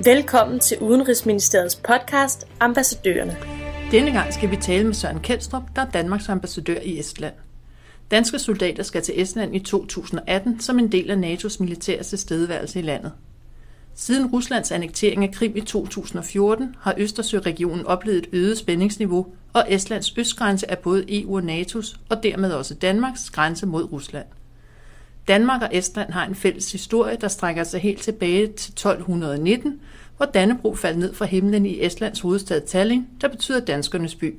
Velkommen til Udenrigsministeriets podcast Ambassadørerne. Denne gang skal vi tale med Søren Kjeldstrup, der er Danmarks ambassadør i Estland. Danske soldater skal til Estland i 2018 som en del af NATO's militære tilstedeværelse i landet. Siden Ruslands annektering af Krim i 2014 har Østersøregionen oplevet et øget spændingsniveau, og Estlands østgrænse er både EU og NATO's, og dermed også Danmarks grænse mod Rusland. Danmark og Estland har en fælles historie, der strækker sig helt tilbage til 1219, hvor Dannebrog faldt ned fra himlen i Estlands hovedstad Tallinn, der betyder danskernes by.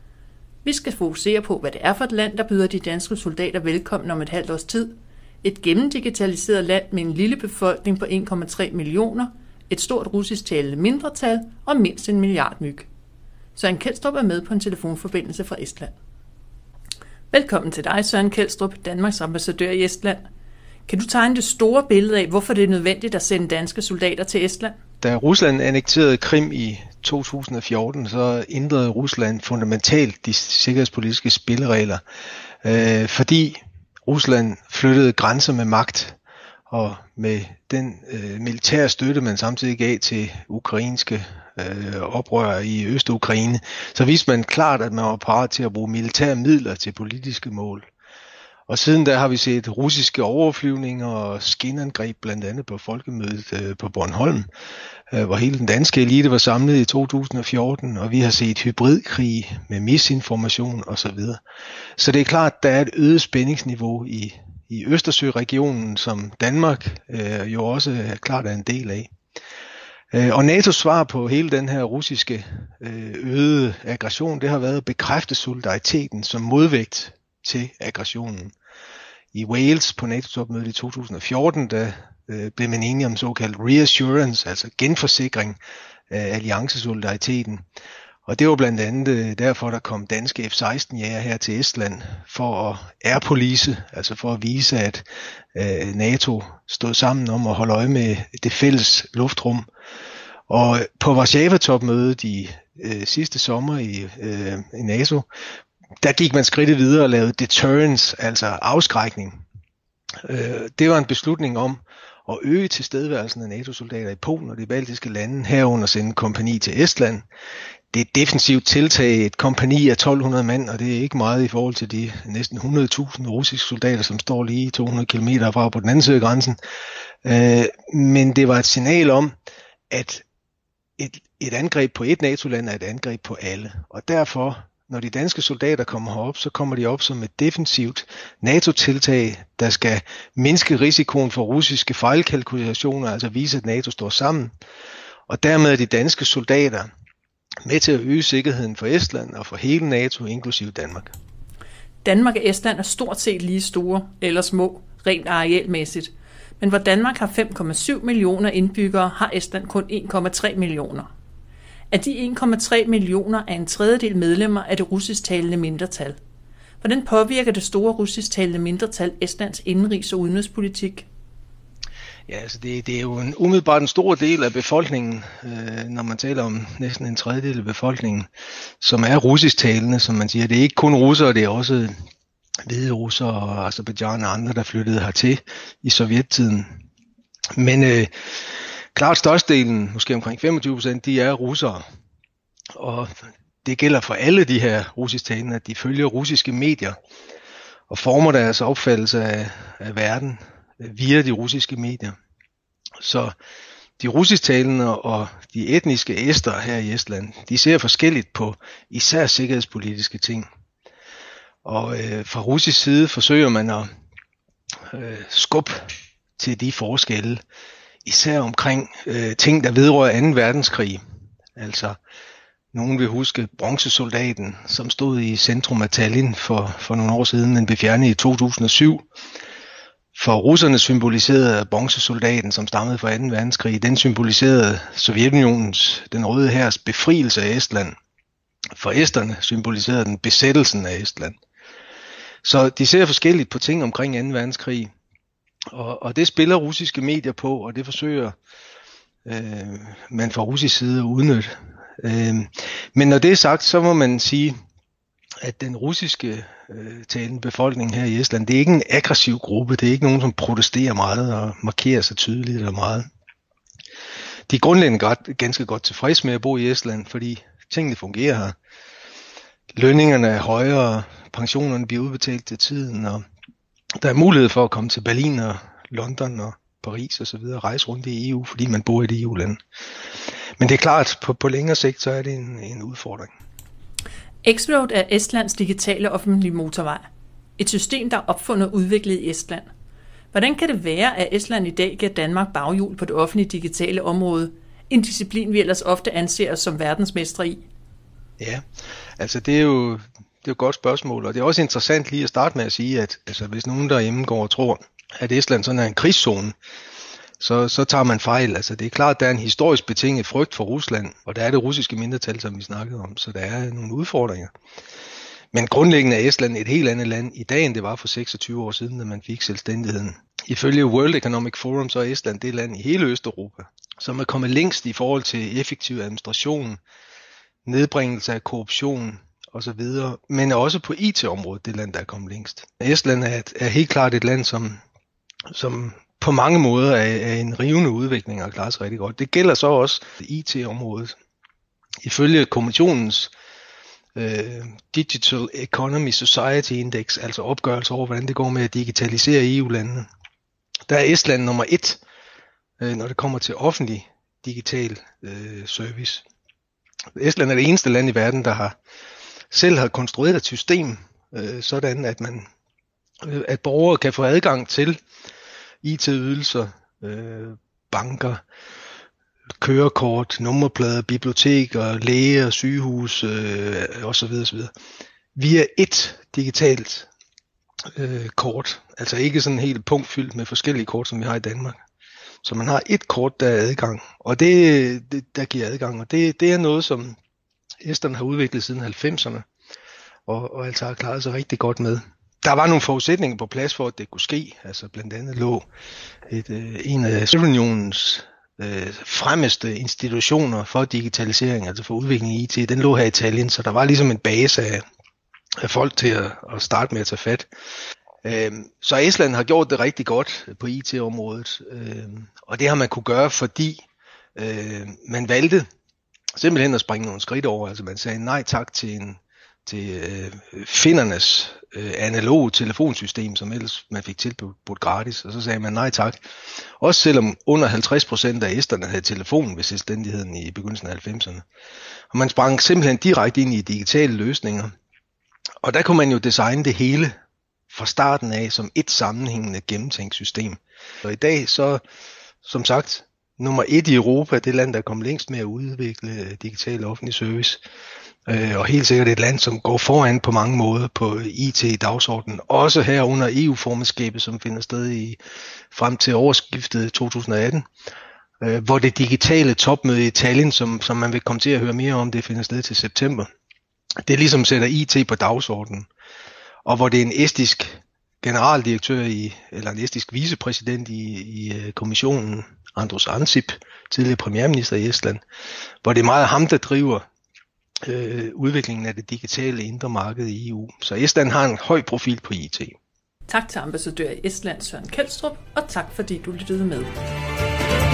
Vi skal fokusere på, hvad det er for et land, der byder de danske soldater velkommen om et halvt års tid. Et gennemdigitaliseret land med en lille befolkning på 1,3 millioner, et stort russisktalende mindretal og mindst 1 milliard myg. Søren Kjeldstrup er med på en telefonforbindelse fra Estland. Velkommen til dig, Søren Kjeldstrup, Danmarks ambassadør i Estland. Kan du tegne det store billede af, hvorfor det er nødvendigt at sende danske soldater til Estland? Da Rusland annekterede Krim i 2014, så ændrede Rusland fundamentalt de sikkerhedspolitiske spilleregler, fordi Rusland flyttede grænser med magt, og med den militære støtte, man samtidig gav til ukrainske oprør i Øst-Ukraine, så viste man klart, at man var parat til at bruge militære midler til politiske mål. Og siden da har vi set russiske overflyvninger og skinangreb, blandt andet på folkemødet på Bornholm, hvor hele den danske elite var samlet i 2014, og vi har set hybridkrig med misinformation osv. Så det er klart, at der er et øget spændingsniveau i Østersøregionen, som Danmark jo også klart er en del af. Og NATO's svar på hele den her russiske øgede aggression, det har været at bekræfte solidariteten som modvægt til aggressionen. I Wales på NATO-topmødet i 2014, der blev man enige om såkaldt reassurance, altså genforsikring af alliancesolidariteten. Og det var blandt andet derfor, der kom danske F-16-jager her til Estland for at airpolice, altså for at vise, at NATO stod sammen om at holde øje med det fælles luftrum. Og på Warszawa-topmødet i sidste sommer i NATO, der gik man skridtet videre og lavede deterrence, altså afskrækning. Det var en beslutning om at øge tilstedeværelsen af NATO-soldater i Polen og de baltiske lande, herunder sende kompagni til Estland. Det er et defensivt tiltag, et kompagni af 1200 mand, og det er ikke meget i forhold til de næsten 100.000 russiske soldater, som står lige 200 km fra på den anden side af grænsen. Men det var et signal om, at et angreb på et NATO-land er et angreb på alle, og derfor når de danske soldater kommer herop, så kommer de op som et defensivt NATO-tiltag, der skal mindske risikoen for russiske fejlkalkulationer, altså vise, at NATO står sammen. Og dermed er de danske soldater med til at øge sikkerheden for Estland og for hele NATO, inklusive Danmark. Danmark og Estland er stort set lige store eller små, rent arealmæssigt. Men hvor Danmark har 5,7 millioner indbyggere, har Estland kun 1,3 millioner. Af de 1,3 millioner er en tredjedel medlemmer af det russisktalende mindretal. Hvordan påvirker det store russisktalende mindretal Estlands indenrigs- og udenrigspolitik? Ja, altså det er jo umiddelbart en stor del af befolkningen, når man taler om næsten en tredjedel af befolkningen, som er russisktalende, som man siger. Det er ikke kun russere, det er også hvide russere og Aserbajdsjan og andre, der flyttede hertil i sovjettiden. Men klart størstedelen, måske omkring 25%, de er russere. Og det gælder for alle de her russisktalende, at de følger russiske medier og former deres opfattelse af verden via de russiske medier. Så de russisktalende og de etniske ester her i Estland, de ser forskelligt på især sikkerhedspolitiske ting. Og fra russisk side forsøger man at skubbe til de forskelle, især omkring ting, der vedrører 2. verdenskrig. Altså, nogen vil huske bronzesoldaten, som stod i centrum af Tallinn for nogle år siden, den blev fjernet i 2007. For russerne symboliserede bronzesoldaten, som stammede fra 2. verdenskrig, den symboliserede Sovjetunionens, den røde hærs befrielse af Estland. For esterne symboliserede den besættelsen af Estland. Så de ser forskelligt på ting omkring 2. verdenskrig. Og det spiller russiske medier på, og det forsøger man fra russisk side at udnytte. Men når det er sagt, så må man sige, at den russiske talende befolkning her i Estland, det er ikke en aggressiv gruppe, det er ikke nogen, som protesterer meget og markerer sig tydeligt eller meget. de er grundlæggende ganske godt tilfreds med at bo i Estland, fordi tingene fungerer her. Lønningerne er højere, pensionerne bliver udbetalt til tiden, og der er mulighed for at komme til Berlin og London og Paris og så videre, rejse rundt i EU, fordi man bor i et EU-land. Men det er klart, på længere sigt, så er det en udfordring. X-Road er Estlands digitale offentlige motorvej. Et system, der er opfundet og udviklet i Estland. Hvordan kan det være, at Estland i dag giver Danmark baghjul på det offentlige digitale område? En disciplin, vi ellers ofte anser os som verdensmestre i. Ja, altså det er jo et godt spørgsmål, og det er også interessant lige at starte med at sige, at altså, hvis nogen derhjemme går og tror, at Estland sådan er en krigszone, så tager man fejl. Altså det er klart, at der er en historisk betinget frygt for Rusland, og der er det russiske mindretal, som vi snakkede om, så der er nogle udfordringer. Men grundlæggende er Estland et helt andet land i dag, end det var for 26 år siden, da man fik selvstændigheden. Ifølge World Economic Forum, så er Estland det land i hele Østeuropa, som er kommet længst i forhold til effektiv administration, nedbringelse af korruption osv., men også på IT-området, det land, der er kommet længst. Estland er helt klart et land, som på mange måder er en rivende udvikling og klarer sig rigtig godt. Det gælder så også IT-området. Ifølge kommissionens Digital Economy Society Index, altså opgørelse over, hvordan det går med at digitalisere EU-landene, der er Estland nummer 1, når det kommer til offentlig digital service. Estland er det eneste land i verden, der selv har konstrueret et system, sådan at borgere kan få adgang til IT-ydelser, banker, kørekort, nummerplader, biblioteker, læger, sygehus osv. via et digitalt kort. Altså ikke sådan helt punktfyldt med forskellige kort, som vi har i Danmark. Så man har et kort, der er adgang, og det der giver adgang, og det er noget, som Estland har udviklet siden 90'erne, og altså har klaret sig rigtig godt med. Der var nogle forudsætninger på plads for, at det kunne ske. Altså blandt andet lå en af Sovjetunionens fremmeste institutioner for digitalisering, altså for udvikling i IT, den lå her i Italien, så der var ligesom en base af folk til at starte med at tage fat. Så Estland har gjort det rigtig godt på IT-området, og det har man kunne gøre, fordi man valgte simpelthen at springe nogle skridt over. Altså man sagde nej tak til finnernes analoge telefonsystem, som ellers man fik tilbudt gratis, og så sagde man nej tak. Også selvom under 50% af esterne havde telefonen ved selvstændigheden i begyndelsen af 90'erne. Og man sprang simpelthen direkte ind i digitale løsninger. Og der kunne man jo designe det hele fra starten af som et sammenhængende gennemtænkt system. Og i dag så, som sagt, nummer 1 i Europa, det land, der er kommet længst med at udvikle digital offentlig service. Og helt sikkert et land, som går foran på mange måder på IT-dagsordenen. Også her under EU-formandskabet, som finder sted frem til årsskiftet 2018. Hvor det digitale topmøde i Italien, som man vil komme til at høre mere om, det finder sted til september. Det ligesom sætter IT på dagsordenen. Og hvor det er en estisk generaldirektør eller en estisk vicepræsident i kommissionen, Andrus Ansip, tidligere premierminister i Estland, hvor det er meget ham, der driver udviklingen af det digitale indre marked i EU. Så Estland har en høj profil på IT. Tak til ambassadør i Estland, Søren Kjeldstrup, og tak fordi du lyttede med.